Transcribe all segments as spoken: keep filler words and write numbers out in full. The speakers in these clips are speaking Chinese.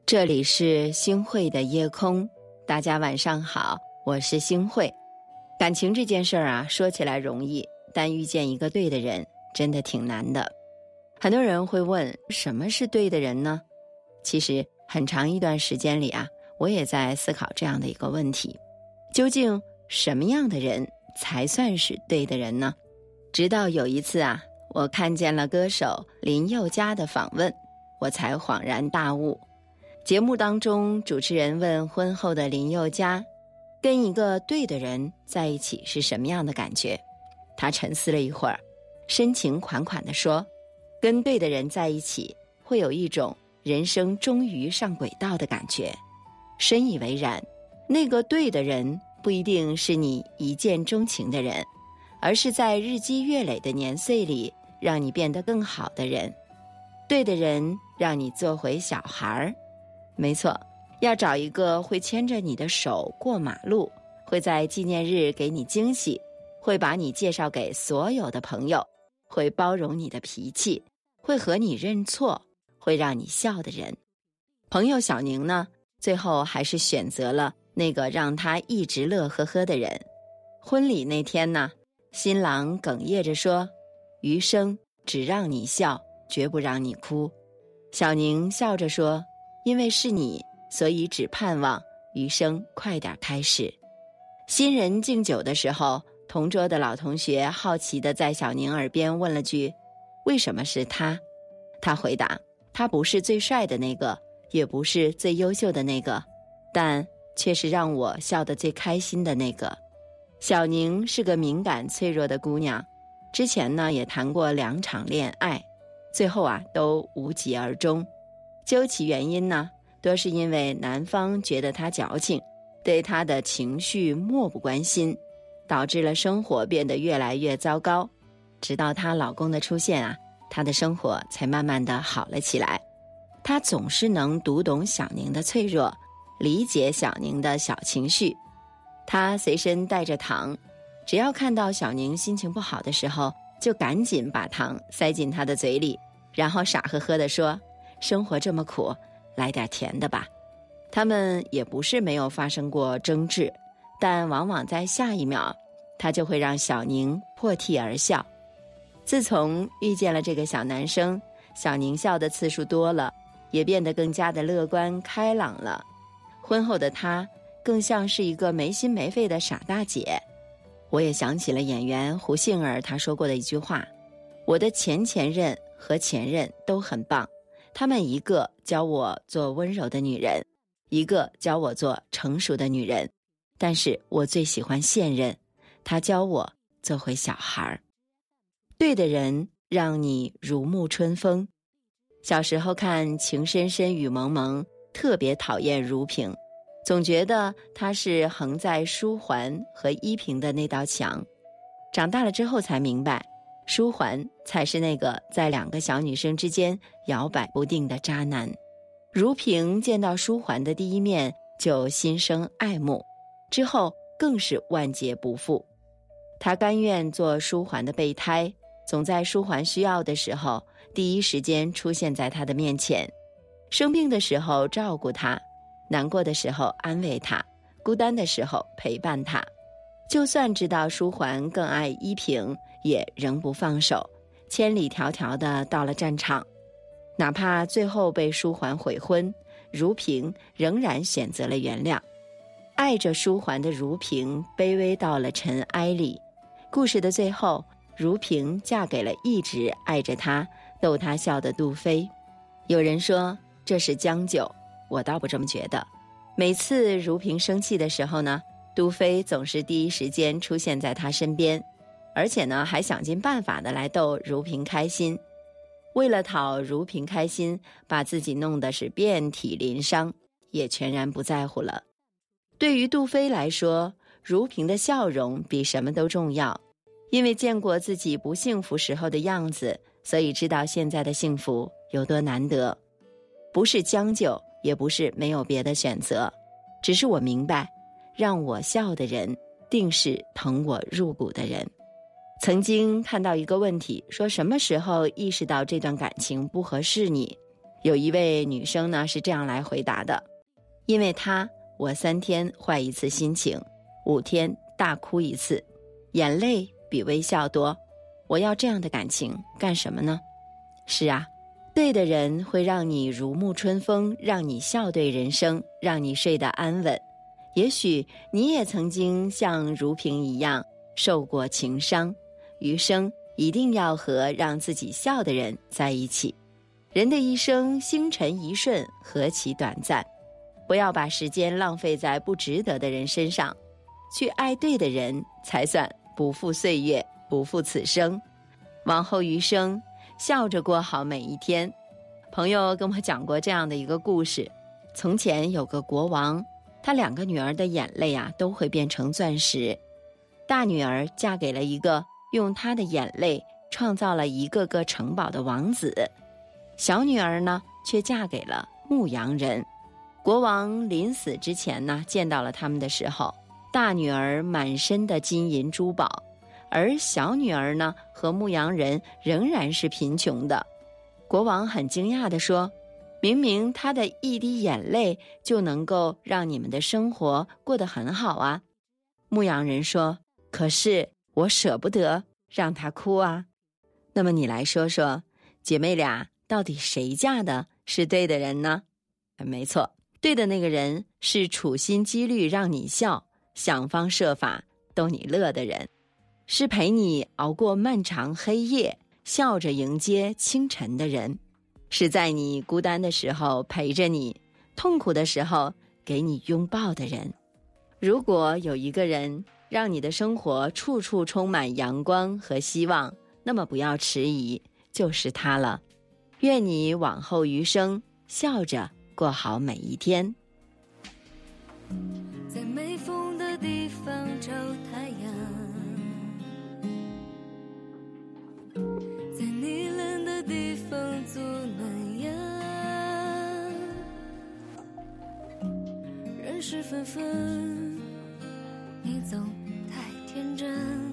这里是星慧的夜空，大家晚上好，我是星慧。感情这件事儿啊，说起来容易，但遇见一个对的人真的挺难的。很多人会问，什么是对的人呢？其实很长一段时间里啊，我也在思考这样的一个问题，究竟什么样的人才算是对的人呢？直到有一次啊，我看见了歌手林宥嘉的访问，我才恍然大悟。节目当中，主持人问婚后的林宥嘉，跟一个对的人在一起是什么样的感觉？他沉思了一会儿，深情款款地说，跟对的人在一起，会有一种人生终于上轨道的感觉。深以为然，那个对的人不一定是你一见钟情的人，而是在日积月累的年岁里，让你变得更好的人。对的人让你做回小孩，没错，要找一个会牵着你的手过马路，会在纪念日给你惊喜，会把你介绍给所有的朋友，会包容你的脾气，会和你认错，会让你笑的人。朋友小宁呢，最后还是选择了那个让他一直乐呵呵的人。婚礼那天呢，新郎哽咽着说，余生只让你笑，绝不让你哭。小宁笑着说，因为是你，所以只盼望余生快点开始。新人敬酒的时候，同桌的老同学好奇地在小宁耳边问了句，为什么是他？他回答，他不是最帅的那个，也不是最优秀的那个，但却是让我笑得最开心的那个。小宁是个敏感脆弱的姑娘，之前呢也谈过两场恋爱，最后啊都无疾而终。究其原因呢，多是因为男方觉得她矫情，对她的情绪漠不关心，导致了生活变得越来越糟糕。直到她老公的出现啊，她的生活才慢慢的好了起来。她总是能读懂小宁的脆弱，理解小宁的小情绪。她随身带着糖，只要看到小宁心情不好的时候，就赶紧把糖塞进她的嘴里，然后傻呵呵地说，生活这么苦，来点甜的吧。他们也不是没有发生过争执，但往往在下一秒，他就会让小宁破涕而笑。自从遇见了这个小男生，小宁笑的次数多了，也变得更加的乐观开朗了。婚后的她更像是一个没心没肺的傻大姐。我也想起了演员胡杏儿她说过的一句话，我的前前任和前任都很棒，他们一个教我做温柔的女人，一个教我做成熟的女人，但是我最喜欢现任，他教我做回小孩。对的人让你如沐春风。小时候看《情深深雨蒙蒙》，特别讨厌如萍，总觉得她是横在舒缓和依萍的那道墙。长大了之后才明白，舒缓才是那个在两个小女生之间摇摆不定的渣男。如萍见到舒缓的第一面就心生爱慕，之后更是万劫不复。她甘愿做舒缓的备胎，总在舒缓需要的时候第一时间出现在他的面前，生病的时候照顾他，难过的时候安慰他，孤单的时候陪伴他。就算知道舒缓更爱依萍，也仍不放手，千里迢迢地到了战场。哪怕最后被舒缓悔婚，如萍仍然选择了原谅。爱着舒缓的如萍卑微到了尘埃里。故事的最后，如萍嫁给了一直爱着她逗她笑的杜飞。有人说这是将就，我倒不这么觉得。每次如萍生气的时候呢，杜飞总是第一时间出现在她身边，而且呢还想尽办法的来逗如萍开心。为了讨如萍开心，把自己弄得是遍体鳞伤，也全然不在乎了。对于杜飞来说，如萍的笑容比什么都重要。因为见过自己不幸福时候的样子，所以知道现在的幸福有多难得。不是将就，也不是没有别的选择，只是我明白，让我笑的人定是疼我入骨的人。曾经看到一个问题，说什么时候意识到这段感情不合适你？ 有一位女生呢是这样来回答的：因为他，我三天坏一次心情，五天大哭一次，眼泪比微笑多。我要这样的感情干什么呢？是啊，对的人会让你如沐春风，让你笑对人生，让你睡得安稳。也许你也曾经像如萍一样受过情伤，余生一定要和让自己笑的人在一起。人的一生星辰一瞬，何其短暂，不要把时间浪费在不值得的人身上，去爱对的人，才算不负岁月，不负此生。往后余生，笑着过好每一天。朋友跟我讲过这样的一个故事：从前有个国王，他两个女儿的眼泪啊都会变成钻石。大女儿嫁给了一个用她的眼泪创造了一个个城堡的王子，小女儿呢却嫁给了牧羊人。国王临死之前呢，见到了他们的时候，大女儿满身的金银珠宝，而小女儿呢和牧羊人仍然是贫穷的。国王很惊讶地说：明明他的一滴眼泪就能够让你们的生活过得很好啊。牧羊人说：可是我舍不得让他哭啊。那么你来说说，姐妹俩到底谁嫁的是对的人呢？没错，对的那个人是处心积虑让你笑，想方设法逗你乐的人，是陪你熬过漫长黑夜，笑着迎接清晨的人，是在你孤单的时候陪着你，痛苦的时候给你拥抱的人。如果有一个人让你的生活处处充满阳光和希望，那么不要迟疑，就是他了。愿你往后余生笑着过好每一天。 在没风的地方找太阳，在你冷的地方做暖阳。人事纷纷，你总太天真。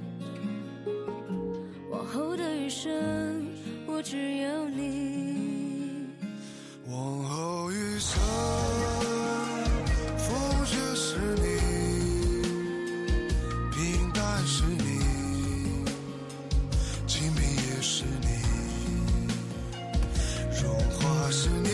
往后的余生，我只有你。 往后余生，风雪是你，平淡是你，清贫也是你，荣华是你，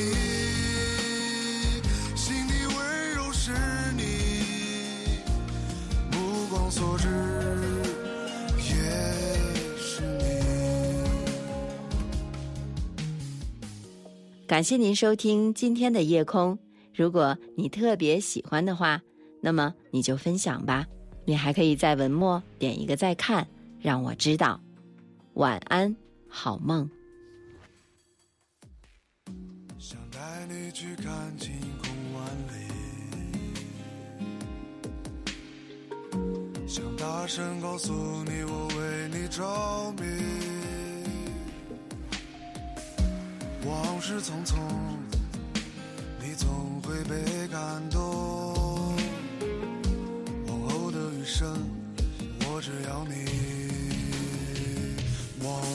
心底温柔是你，目光所至也是你。 感谢您收听今天的夜空，如果你特别喜欢的话，那么你就分享吧，你还可以在文末点一个再看，让我知道。晚安，好梦。 想带你去看晴空万里，想大声告诉你我为你着迷。往事匆匆，你总会被感动。往后的余生，我只要你。往